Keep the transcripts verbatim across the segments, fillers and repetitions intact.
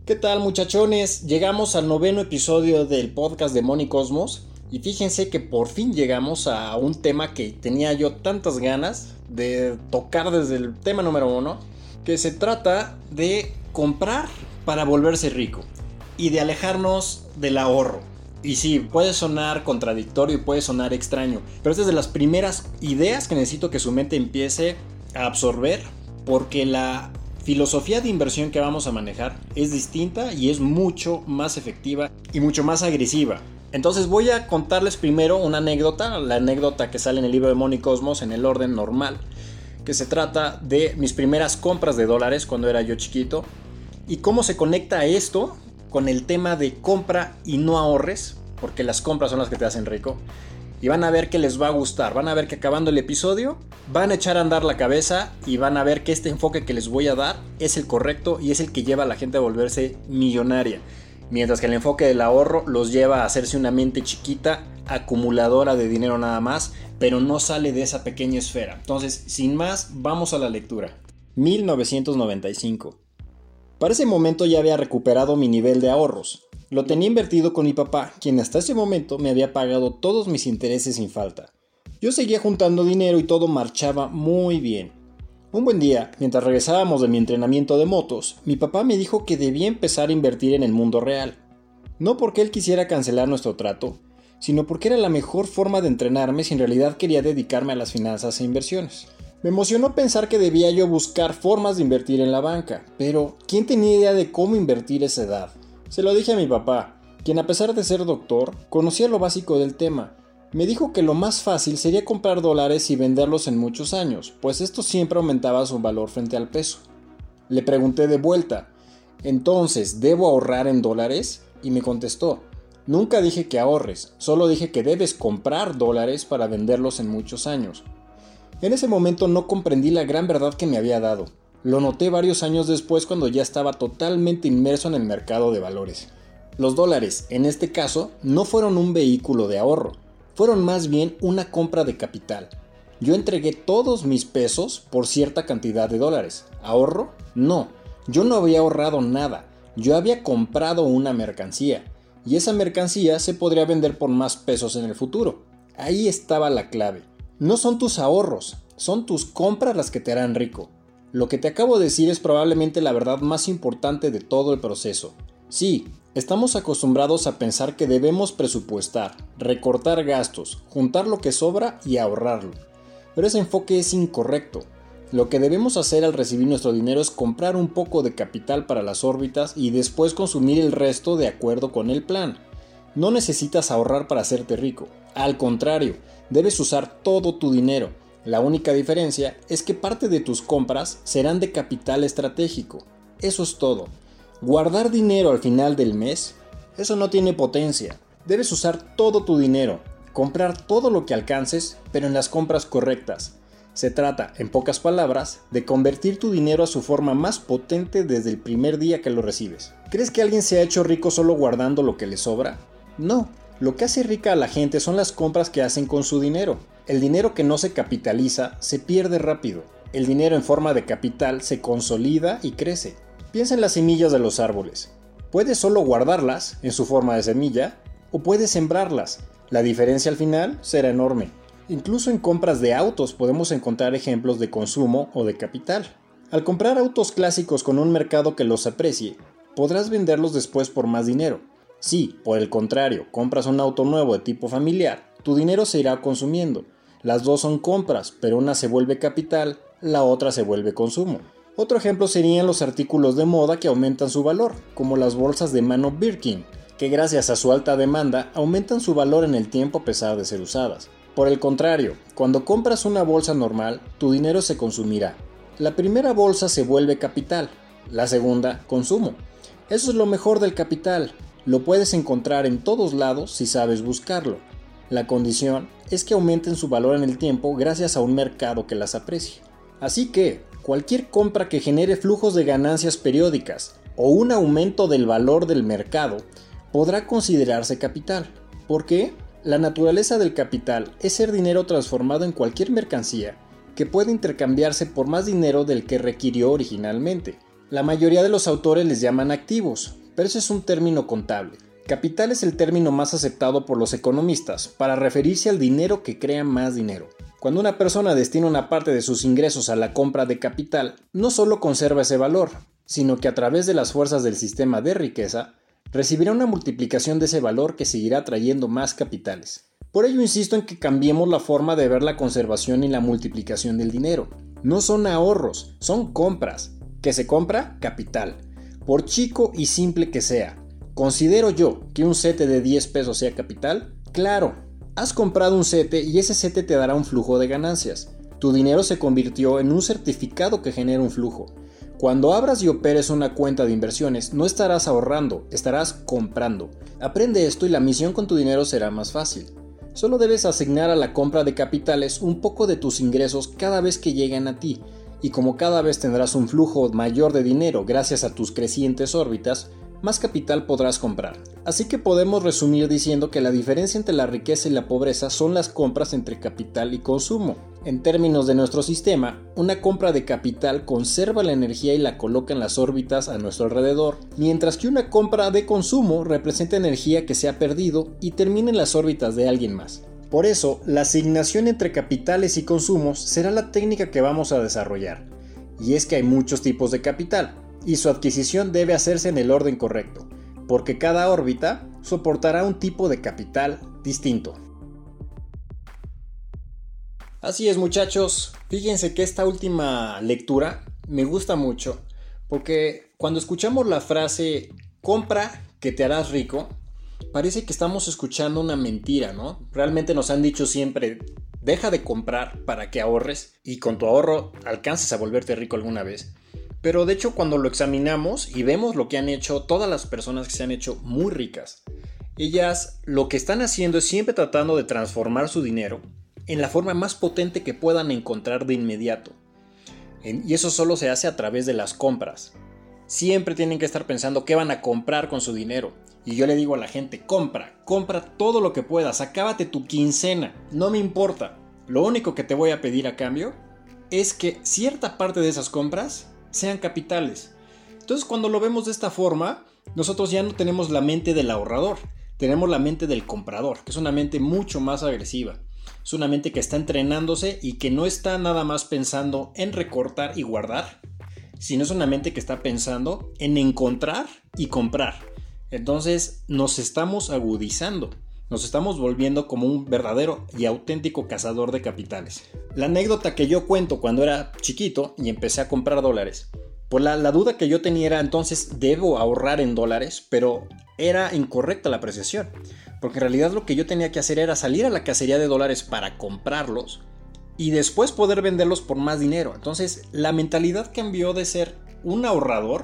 ¿Qué tal, muchachones? Llegamos al noveno episodio del podcast de Money Cosmos y fíjense que por fin llegamos a un tema que tenía yo tantas ganas de tocar desde el tema número uno, que se trata de comprar para volverse rico y de alejarnos del ahorro. Y sí, puede sonar contradictorio y puede sonar extraño, pero esta es de las primeras ideas que necesito que su mente empiece a absorber, porque la filosofía de inversión que vamos a manejar es distinta y es mucho más efectiva y mucho más agresiva. Entonces voy a contarles primero una anécdota, la anécdota que sale en el libro de Money Cosmos en el orden normal, que se trata de mis primeras compras de dólares cuando era yo chiquito y cómo se conecta esto con el tema de compra y no ahorres, porque las compras son las que te hacen rico. Y van a ver que les va a gustar, van a ver que acabando el episodio van a echar a andar la cabeza y van a ver que este enfoque que les voy a dar es el correcto y es el que lleva a la gente a volverse millonaria. Mientras que el enfoque del ahorro los lleva a hacerse una mente chiquita, acumuladora de dinero nada más, pero no sale de esa pequeña esfera. Entonces, sin más, vamos a la lectura. mil novecientos noventa y cinco. Para ese momento ya había recuperado mi nivel de ahorros. Lo tenía invertido con mi papá, quien hasta ese momento me había pagado todos mis intereses sin falta. Yo seguía juntando dinero y todo marchaba muy bien. Un buen día, mientras regresábamos de mi entrenamiento de motos, mi papá me dijo que debía empezar a invertir en el mundo real. No porque él quisiera cancelar nuestro trato, sino porque era la mejor forma de entrenarme si en realidad quería dedicarme a las finanzas e inversiones. Me emocionó pensar que debía yo buscar formas de invertir en la banca, pero ¿quién tenía idea de cómo invertir a esa edad? Se lo dije a mi papá, quien a pesar de ser doctor, conocía lo básico del tema. Me dijo que lo más fácil sería comprar dólares y venderlos en muchos años, pues esto siempre aumentaba su valor frente al peso. Le pregunté de vuelta, ¿entonces debo ahorrar en dólares? Y me contestó, nunca dije que ahorres, solo dije que debes comprar dólares para venderlos en muchos años. En ese momento no comprendí la gran verdad que me había dado. Lo noté varios años después cuando ya estaba totalmente inmerso en el mercado de valores. Los dólares, en este caso, no fueron un vehículo de ahorro, fueron más bien una compra de capital. Yo entregué todos mis pesos por cierta cantidad de dólares. ¿Ahorro? No, yo no había ahorrado nada, yo había comprado una mercancía, y esa mercancía se podría vender por más pesos en el futuro. Ahí estaba la clave. No son tus ahorros, son tus compras las que te harán rico. Lo que te acabo de decir es probablemente la verdad más importante de todo el proceso. Sí, estamos acostumbrados a pensar que debemos presupuestar, recortar gastos, juntar lo que sobra y ahorrarlo. Pero ese enfoque es incorrecto. Lo que debemos hacer al recibir nuestro dinero es comprar un poco de capital para las órbitas y después consumir el resto de acuerdo con el plan. No necesitas ahorrar para hacerte rico. Al contrario, debes usar todo tu dinero. La única diferencia es que parte de tus compras serán de capital estratégico. Eso es todo. Guardar dinero al final del mes, eso no tiene potencia. Debes usar todo tu dinero, comprar todo lo que alcances, pero en las compras correctas. Se trata, en pocas palabras, de convertir tu dinero a su forma más potente desde el primer día que lo recibes. ¿Crees que alguien se ha hecho rico solo guardando lo que le sobra? No. Lo que hace rica a la gente son las compras que hacen con su dinero. El dinero que no se capitaliza se pierde rápido. El dinero en forma de capital se consolida y crece. Piensa en las semillas de los árboles. Puedes solo guardarlas en su forma de semilla o puedes sembrarlas. La diferencia al final será enorme. Incluso en compras de autos podemos encontrar ejemplos de consumo o de capital. Al comprar autos clásicos con un mercado que los aprecie, podrás venderlos después por más dinero. Si, por el contrario, compras un auto nuevo de tipo familiar, tu dinero se irá consumiendo. Las dos son compras, pero una se vuelve capital, la otra se vuelve consumo. Otro ejemplo serían los artículos de moda que aumentan su valor, como las bolsas de mano Birkin, que gracias a su alta demanda aumentan su valor en el tiempo a pesar de ser usadas. Por el contrario, cuando compras una bolsa normal, tu dinero se consumirá. La primera bolsa se vuelve capital, la segunda, consumo. Eso es lo mejor del capital. Lo puedes encontrar en todos lados si sabes buscarlo. La condición es que aumenten su valor en el tiempo gracias a un mercado que las aprecie. Así que, cualquier compra que genere flujos de ganancias periódicas o un aumento del valor del mercado podrá considerarse capital. ¿Por qué? La naturaleza del capital es ser dinero transformado en cualquier mercancía que puede intercambiarse por más dinero del que requirió originalmente. La mayoría de los autores les llaman activos, pero ese es un término contable. Capital es el término más aceptado por los economistas para referirse al dinero que crea más dinero. Cuando una persona destina una parte de sus ingresos a la compra de capital, no solo conserva ese valor, sino que a través de las fuerzas del sistema de riqueza, recibirá una multiplicación de ese valor que seguirá trayendo más capitales. Por ello insisto en que cambiemos la forma de ver la conservación y la multiplicación del dinero. No son ahorros, son compras. ¿Qué se compra? Capital. Por chico y simple que sea. ¿Considero yo que un sete de diez pesos sea capital? Claro. Has comprado un sete y ese sete te dará un flujo de ganancias. Tu dinero se convirtió en un certificado que genera un flujo. Cuando abras y operes una cuenta de inversiones, no estarás ahorrando, estarás comprando. Aprende esto y la misión con tu dinero será más fácil. Solo debes asignar a la compra de capitales un poco de tus ingresos cada vez que lleguen a ti, y como cada vez tendrás un flujo mayor de dinero gracias a tus crecientes órbitas, más capital podrás comprar. Así que podemos resumir diciendo que la diferencia entre la riqueza y la pobreza son las compras entre capital y consumo. En términos de nuestro sistema, una compra de capital conserva la energía y la coloca en las órbitas a nuestro alrededor, mientras que una compra de consumo representa energía que se ha perdido y termina en las órbitas de alguien más. Por eso, la asignación entre capitales y consumos será la técnica que vamos a desarrollar. Y es que hay muchos tipos de capital, y su adquisición debe hacerse en el orden correcto, porque cada órbita soportará un tipo de capital distinto. Así es, muchachos, fíjense que esta última lectura me gusta mucho, porque cuando escuchamos la frase compra que te harás rico, parece que estamos escuchando una mentira, ¿no? Realmente nos han dicho siempre, deja de comprar para que ahorres y con tu ahorro alcances a volverte rico alguna vez. Pero de hecho cuando lo examinamos y vemos lo que han hecho todas las personas que se han hecho muy ricas, ellas lo que están haciendo es siempre tratando de transformar su dinero en la forma más potente que puedan encontrar de inmediato. Y eso solo se hace a través de las compras. Siempre tienen que estar pensando qué van a comprar con su dinero. Y yo le digo a la gente, compra, compra todo lo que puedas, acábate tu quincena, no me importa. Lo único que te voy a pedir a cambio es que cierta parte de esas compras sean capitales. Entonces cuando lo vemos de esta forma, nosotros ya no tenemos la mente del ahorrador, tenemos la mente del comprador, que es una mente mucho más agresiva. Es una mente que está entrenándose y que no está nada más pensando en recortar y guardar, sino es una mente que está pensando en encontrar y comprar. Entonces nos estamos agudizando, nos estamos volviendo como un verdadero y auténtico cazador de capitales. La anécdota que yo cuento cuando era chiquito y empecé a comprar dólares, pues la, la duda que yo tenía era entonces, ¿debo ahorrar en dólares? Pero era incorrecta la apreciación, porque en realidad lo que yo tenía que hacer era salir a la cacería de dólares para comprarlos y después poder venderlos por más dinero. Entonces la mentalidad cambió de ser un ahorrador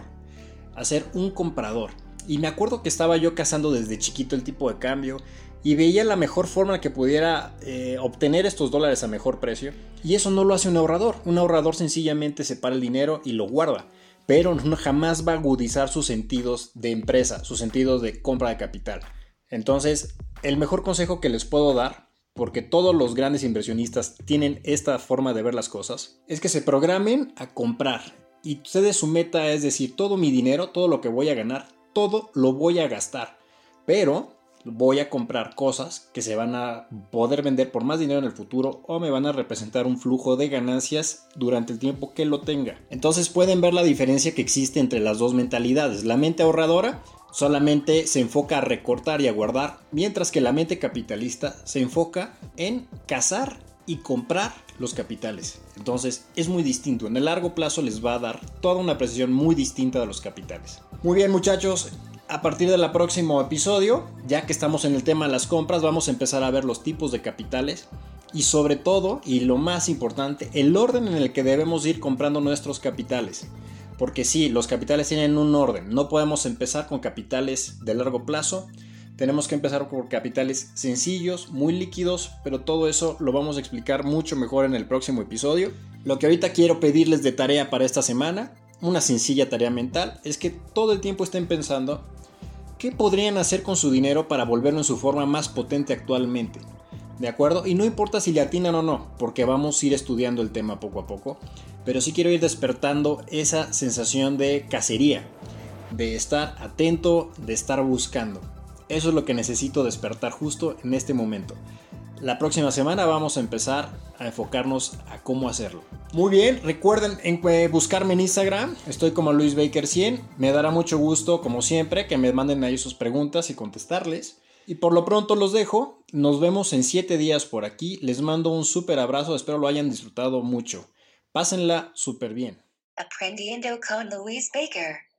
a ser un comprador. Y me acuerdo que estaba yo cazando desde chiquito el tipo de cambio y veía la mejor forma que pudiera eh, obtener estos dólares a mejor precio. Y eso no lo hace un ahorrador. Un ahorrador sencillamente separa el dinero y lo guarda, pero no, jamás va a agudizar sus sentidos de empresa, sus sentidos de compra de capital. Entonces, el mejor consejo que les puedo dar, porque todos los grandes inversionistas tienen esta forma de ver las cosas, es que se programen a comprar. Y ustedes su meta es decir, todo mi dinero, todo lo que voy a ganar, todo lo voy a gastar, pero voy a comprar cosas que se van a poder vender por más dinero en el futuro o me van a representar un flujo de ganancias durante el tiempo que lo tenga. Entonces pueden ver la diferencia que existe entre las dos mentalidades. La mente ahorradora solamente se enfoca a recortar y a guardar, mientras que la mente capitalista se enfoca en cazar y comprar los capitales. Entonces es muy distinto, en el largo plazo les va a dar toda una apreciación muy distinta de los capitales. Muy bien, muchachos, a partir del próximo episodio, ya que estamos en el tema de las compras, vamos a empezar a ver los tipos de capitales y sobre todo, y lo más importante, el orden en el que debemos ir comprando nuestros capitales. Porque sí, los capitales tienen un orden, no podemos empezar con capitales de largo plazo. Tenemos que empezar por capitales sencillos, muy líquidos, pero todo eso lo vamos a explicar mucho mejor en el próximo episodio. Lo que ahorita quiero pedirles de tarea para esta semana, una sencilla tarea mental, es que todo el tiempo estén pensando qué podrían hacer con su dinero para volverlo en su forma más potente actualmente. ¿De acuerdo? Y no importa si le atinan o no, porque vamos a ir estudiando el tema poco a poco. pero sí quiero ir despertando esa sensación de cacería, de estar atento, de estar buscando. Eso es lo que necesito despertar justo en este momento. La próxima semana vamos a empezar a enfocarnos a cómo hacerlo. Muy bien, recuerden en, eh, buscarme en Instagram, estoy como Luis Baker cien. Me dará mucho gusto, como siempre, que me manden ahí sus preguntas y contestarles. Y por lo pronto los dejo, nos vemos en siete días por aquí. Les mando un súper abrazo, espero lo hayan disfrutado mucho. Pásenla súper bien. Aprendiendo con Luis Baker.